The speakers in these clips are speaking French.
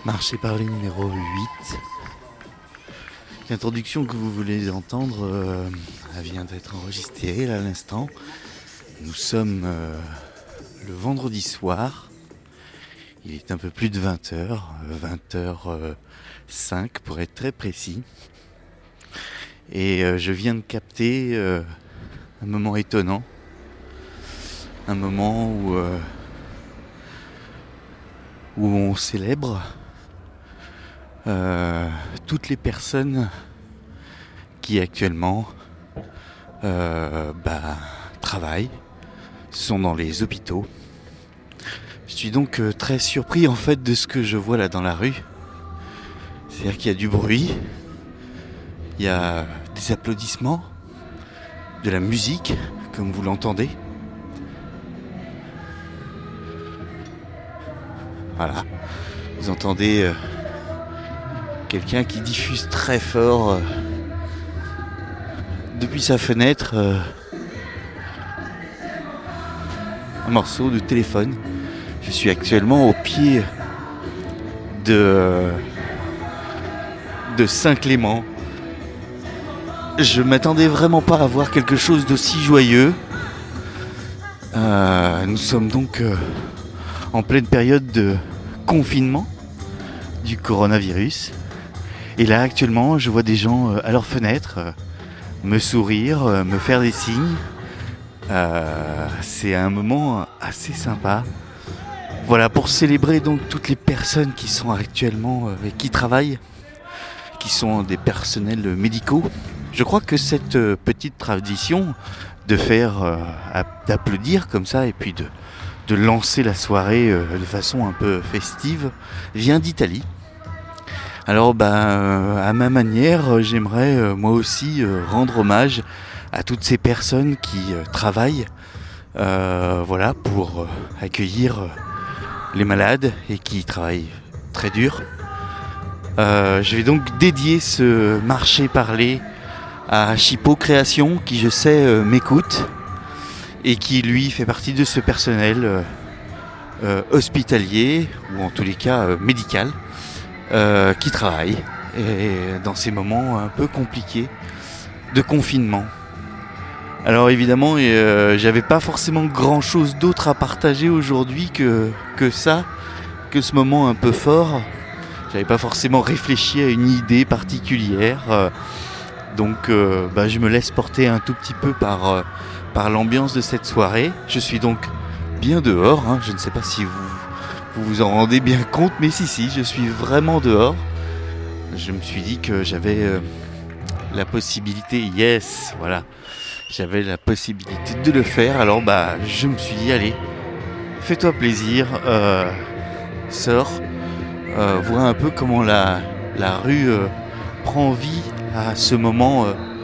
Marché parler numéro 8. L'introduction que vous voulez entendre elle vient d'être enregistrée là, à l'instant. Nous sommes le vendredi soir. Il est un peu plus de 20h, 20h05 pour être très précis. Et je viens de capter un moment étonnant. Un moment où on célèbre toutes les personnes qui actuellement travaillent, sont dans les hôpitaux. Je suis donc très surpris en fait de ce que je vois là dans la rue. C'est-à-dire qu'il y a du bruit, il y a des applaudissements, de la musique, comme vous l'entendez. Voilà, vous entendez quelqu'un qui diffuse très fort depuis sa fenêtre un morceau de téléphone. Je suis actuellement au pied de Saint-Clément. Je m'attendais vraiment pas à voir quelque chose d'aussi joyeux. Nous sommes donc en pleine période de confinement du coronavirus. Et là actuellement je vois des gens à leurs fenêtres me sourire, me faire des signes. C'est un moment assez sympa. Voilà, pour célébrer donc toutes les personnes qui sont actuellement et qui travaillent, qui sont des personnels médicaux. Je crois que cette petite tradition de faire d'applaudir comme ça et puis de lancer la soirée de façon un peu festive vient d'Italie. Alors à ma manière, j'aimerais moi aussi rendre hommage à toutes ces personnes qui travaillent pour accueillir les malades et qui travaillent très dur. Je vais donc dédier ce marché parlé à Chippo Création qui je sais m'écoute et qui lui fait partie de ce personnel hospitalier ou en tous les cas médical qui travaille et dans ces moments un peu compliqués de confinement. Alors évidemment, j'avais pas forcément grand chose d'autre à partager aujourd'hui que ce moment un peu fort. J'avais pas forcément réfléchi à une idée particulière, donc je me laisse porter un tout petit peu par l'ambiance de cette soirée. Je suis donc bien dehors, je ne sais pas si vous vous en rendez bien compte, mais si, je suis vraiment dehors. Je me suis dit que j'avais la possibilité, j'avais la possibilité de le faire, alors je me suis dit, allez, fais-toi plaisir, sors, vois un peu comment la rue prend vie à ce moment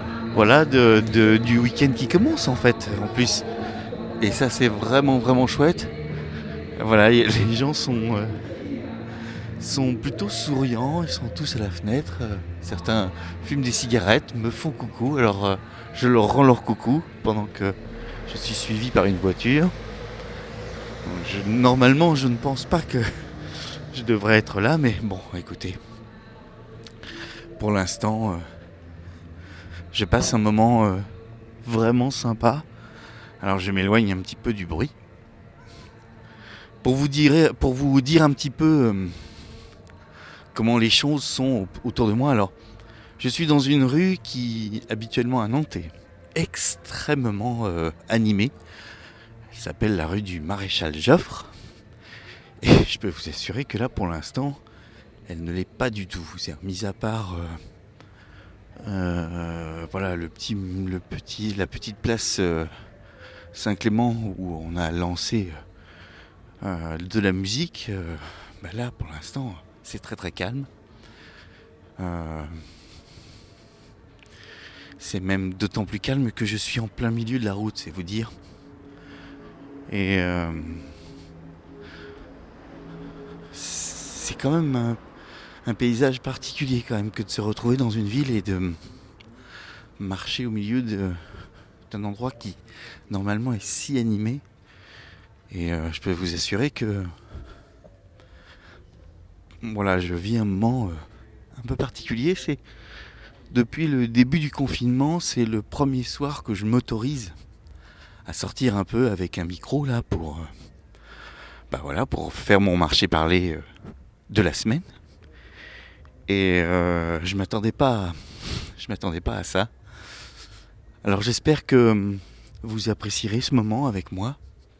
du week-end qui commence en fait, en plus. Et ça, c'est vraiment, vraiment chouette. Voilà, les gens sont plutôt souriants, ils sont tous à la fenêtre. Certains fument des cigarettes, me font coucou, alors je leur rends leur coucou pendant que je suis suivi par une voiture. Normalement, je ne pense pas que je devrais être là, mais bon, écoutez. Pour l'instant, je passe un moment vraiment sympa. Alors je m'éloigne un petit peu du bruit. Pour vous dire un petit peu comment les choses sont autour de moi. Alors, je suis dans une rue qui, habituellement à Nantes, est extrêmement animée. Elle s'appelle la rue du Maréchal Joffre. Et je peux vous assurer que là, pour l'instant, elle ne l'est pas du tout. C'est-à-dire, mis à part la petite place Saint-Clément où on a lancé de la musique, là, pour l'instant, c'est très très calme. C'est même d'autant plus calme que je suis en plein milieu de la route, c'est vous dire. Et c'est quand même un paysage particulier quand même que de se retrouver dans une ville et de marcher au milieu d'un endroit qui normalement est si animé. Et je peux vous assurer que voilà, je vis un moment un peu particulier. C'est depuis le début du confinement, c'est le premier soir que je m'autorise à sortir un peu avec un micro là pour faire mon marché-parler de la semaine. Et je m'attendais pas à ça. Alors j'espère que vous apprécierez ce moment avec moi.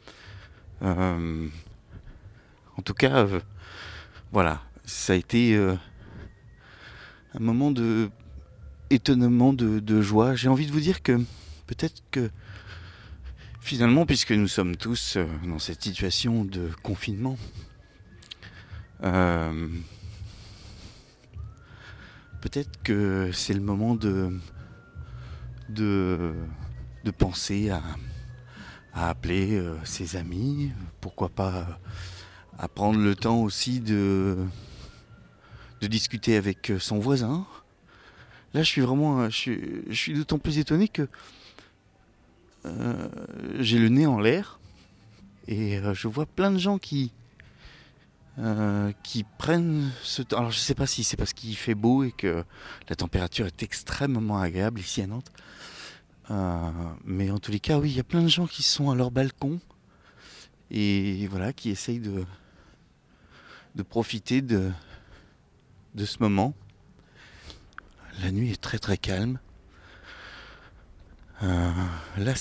En tout cas, voilà, ça a été un moment de étonnement, de joie. J'ai envie de vous dire que peut-être que finalement, puisque nous sommes tous dans cette situation de confinement, peut-être que c'est le moment de penser à appeler ses amis, pourquoi pas à prendre le temps aussi de discuter avec son voisin. Là, je suis d'autant plus étonné que j'ai le nez en l'air et je vois plein de gens qui prennent ce temps. Alors je sais pas si c'est parce qu'il fait beau et que la température est extrêmement agréable ici à Nantes. Mais en tous les cas, oui, il y a plein de gens qui sont à leur balcon et voilà, qui essayent de profiter de ce moment. La nuit est très très calme. Là,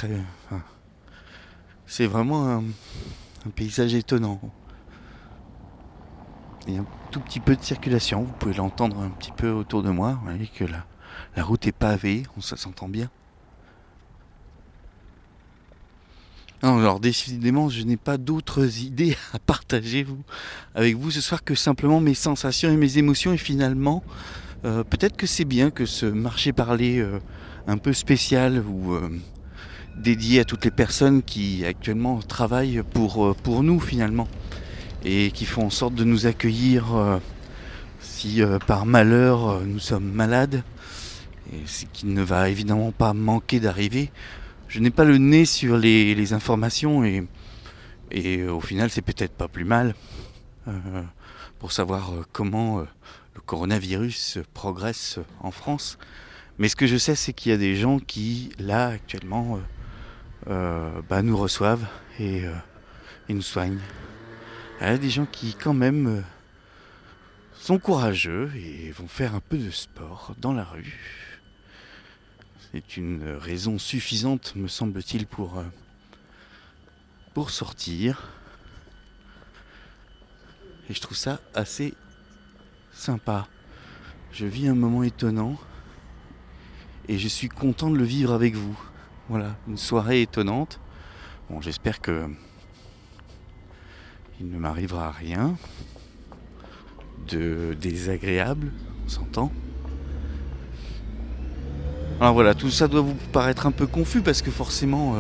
c'est vraiment un paysage étonnant. Il y a un tout petit peu de circulation, vous pouvez l'entendre un petit peu autour de moi. Vous voyez que la route est pavée, ça s'entend bien. Non, alors décidément, je n'ai pas d'autres idées à partager avec vous ce soir que simplement mes sensations et mes émotions. Et finalement, peut-être que c'est bien que ce marché-parler un peu spécial ou dédié à toutes les personnes qui actuellement travaillent pour nous finalement et qui font en sorte de nous accueillir si par malheur nous sommes malades, et ce qui ne va évidemment pas manquer d'arriver. Je n'ai pas le nez sur les informations et au final c'est peut-être pas plus mal pour savoir comment le coronavirus progresse en France. Mais ce que je sais, c'est qu'il y a des gens qui là actuellement nous reçoivent et nous soignent. Il y a des gens qui quand même sont courageux et vont faire un peu de sport dans la rue. C'est une raison suffisante, me semble-t-il, pour sortir. Et je trouve ça assez sympa. Je vis un moment étonnant et je suis content de le vivre avec vous. Voilà, une soirée étonnante. Bon, j'espère que il ne m'arrivera rien de désagréable, on s'entend. Alors voilà, tout ça doit vous paraître un peu confus parce que forcément,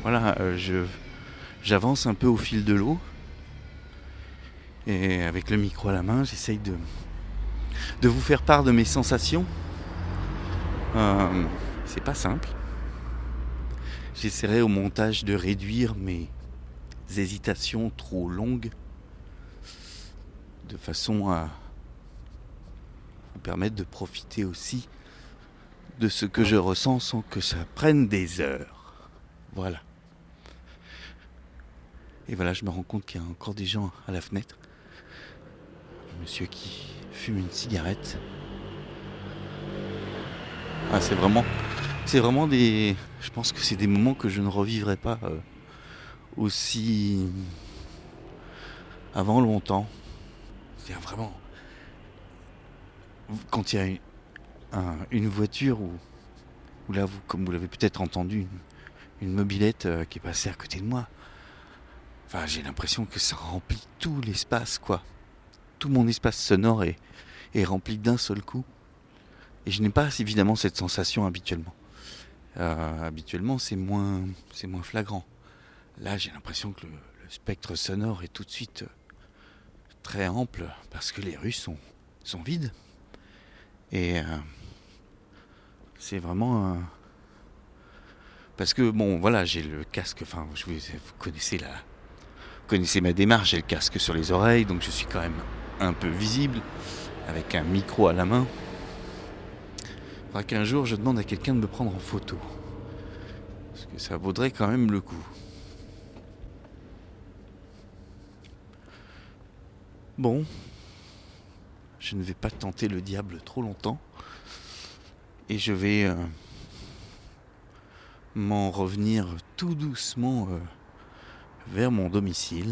j'avance un peu au fil de l'eau. Et avec le micro à la main, j'essaye de vous faire part de mes sensations. C'est pas simple. J'essaierai au montage de réduire mes hésitations trop longues de façon à me permettre de profiter aussi de ce que je ressens sans que ça prenne des heures. Voilà. Et voilà, je me rends compte qu'il y a encore des gens à la fenêtre. Un monsieur qui fume une cigarette. Ah, c'est vraiment je pense que c'est des moments que je ne revivrai pas aussi avant longtemps. C'est-à-dire vraiment, quand il y a une voiture où là, comme vous l'avez peut-être entendu, une mobilette qui est passée à côté de moi. Enfin, j'ai l'impression que ça remplit tout l'espace, quoi. Tout mon espace sonore est rempli d'un seul coup. Et je n'ai pas évidemment cette sensation habituellement. Habituellement, c'est moins flagrant. Là, j'ai l'impression que le spectre sonore est tout de suite très ample parce que les rues sont vides. Et c'est vraiment parce que bon, voilà, j'ai le casque. Enfin, vous connaissez ma démarche. J'ai le casque sur les oreilles, donc je suis quand même un peu visible, avec un micro à la main. Il faudra qu'un jour je demande à quelqu'un de me prendre en photo. Parce que ça vaudrait quand même le coup. Bon, je ne vais pas tenter le diable trop longtemps. Et je vais m'en revenir tout doucement vers mon domicile.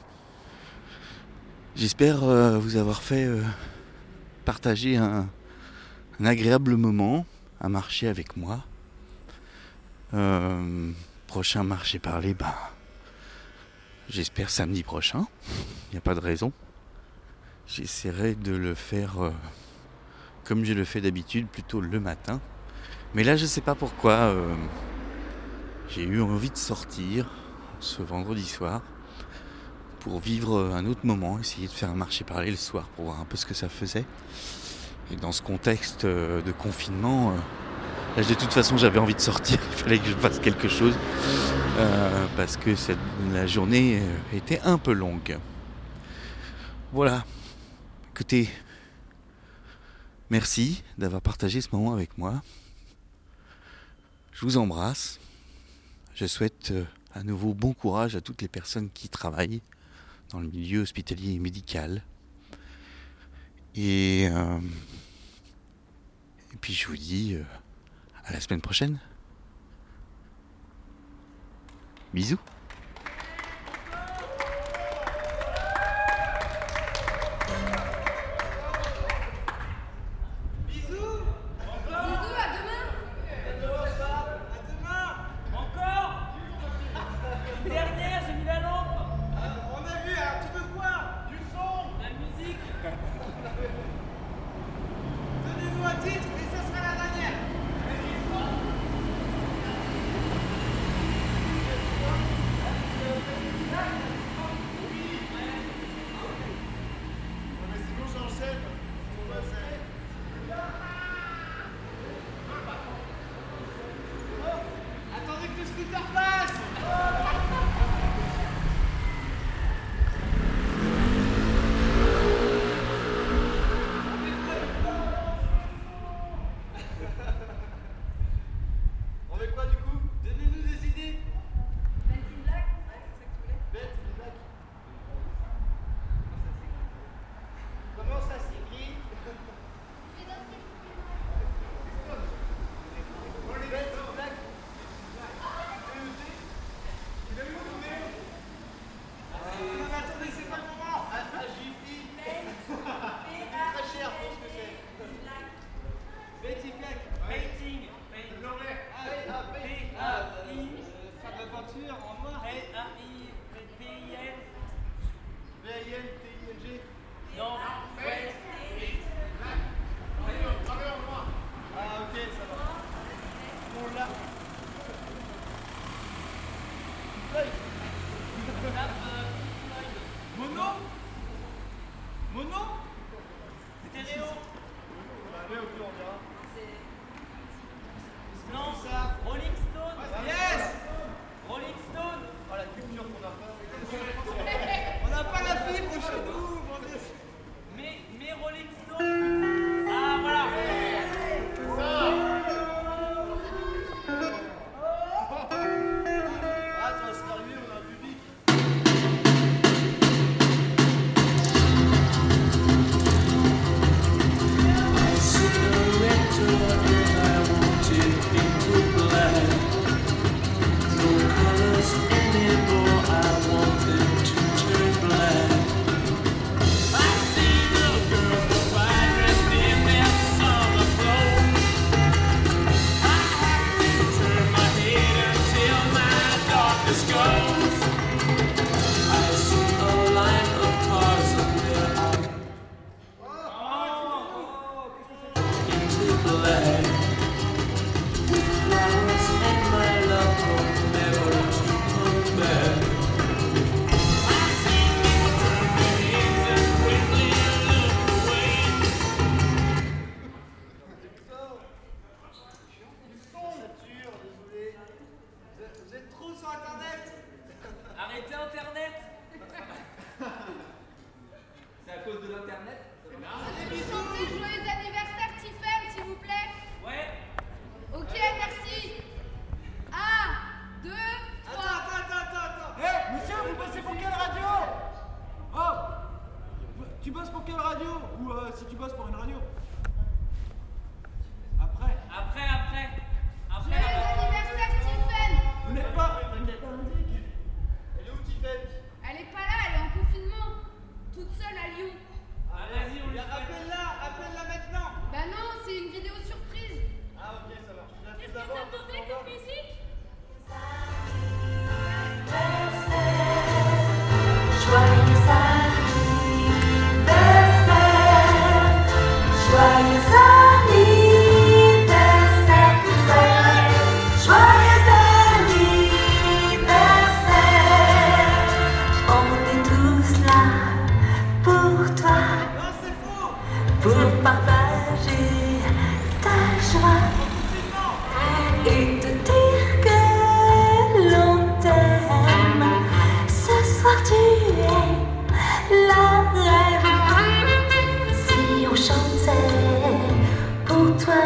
J'espère vous avoir fait partager un agréable moment à marcher avec moi. Prochain marché parler, j'espère samedi prochain. Il n'y a pas de raison. J'essaierai de le faire comme je le fais d'habitude, plutôt le matin. Mais là, je sais pas pourquoi. J'ai eu envie de sortir ce vendredi soir pour vivre un autre moment, essayer de faire un marché parler le soir pour voir un peu ce que ça faisait. Et dans ce contexte de confinement, là, de toute façon j'avais envie de sortir, il fallait que je fasse quelque chose parce que la journée était un peu longue. Voilà, écoutez, merci d'avoir partagé ce moment avec moi. Je vous embrasse. Je souhaite à nouveau bon courage à toutes les personnes qui travaillent dans le milieu hospitalier et médical. Et puis je vous dis à la semaine prochaine. Bisous. Arrêtez Internet. cause de l'internet. Chantez joyeux anniversaire Tiffen, s'il vous plaît. Ouais. Ok, merci. 1, 2, 3. Attends. Hé, monsieur, vous bossez pour quelle radio? Oh, tu bosses pour quelle radio? Ou si tu bosses pour une radio? Après. Joyeux anniversaire Tiffen. Vous n'êtes pas indique. Elle est où, Tiffen? Elle est pas là, elle est en confinement. Toute seule à Lyon. Ah, vas-y, on lui fait. Appelle-la maintenant. Bah non, c'est une vidéo surprise. Ah, ok, ça marche. Je la fais Qu'est-ce que d'abord. t'as demandé comme musique? Joyeux anniversaire, joyeux anniversaire. On est tous là pour toi, pour partager ta joie et te dire que l'on t'aime. Ce soir tu es la reine. Si on chantait pour toi,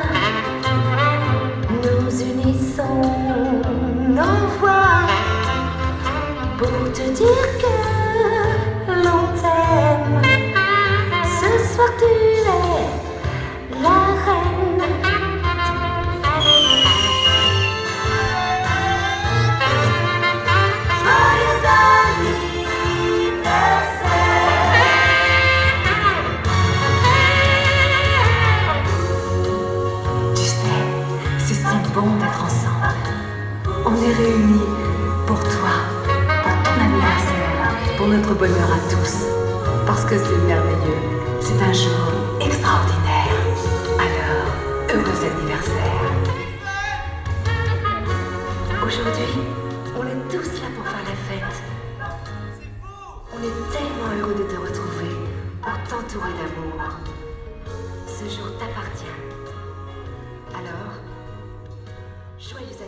nous unissons nos voix pour te dire que l'on t'aime. Ce soir tu es la reine. Joyeux anniversaire. Tu sais, c'est si bon d'être ensemble. On est réunis pour toi, pour ton anniversaire, pour notre bonheur à tous. Parce que c'est merveilleux, c'est un jour extraordinaire. Alors, heureux anniversaire. Aujourd'hui, on est tous là pour faire la fête. On est tellement heureux de te retrouver, pour t'entourer d'amour. Ce jour t'appartient. Alors, joyeux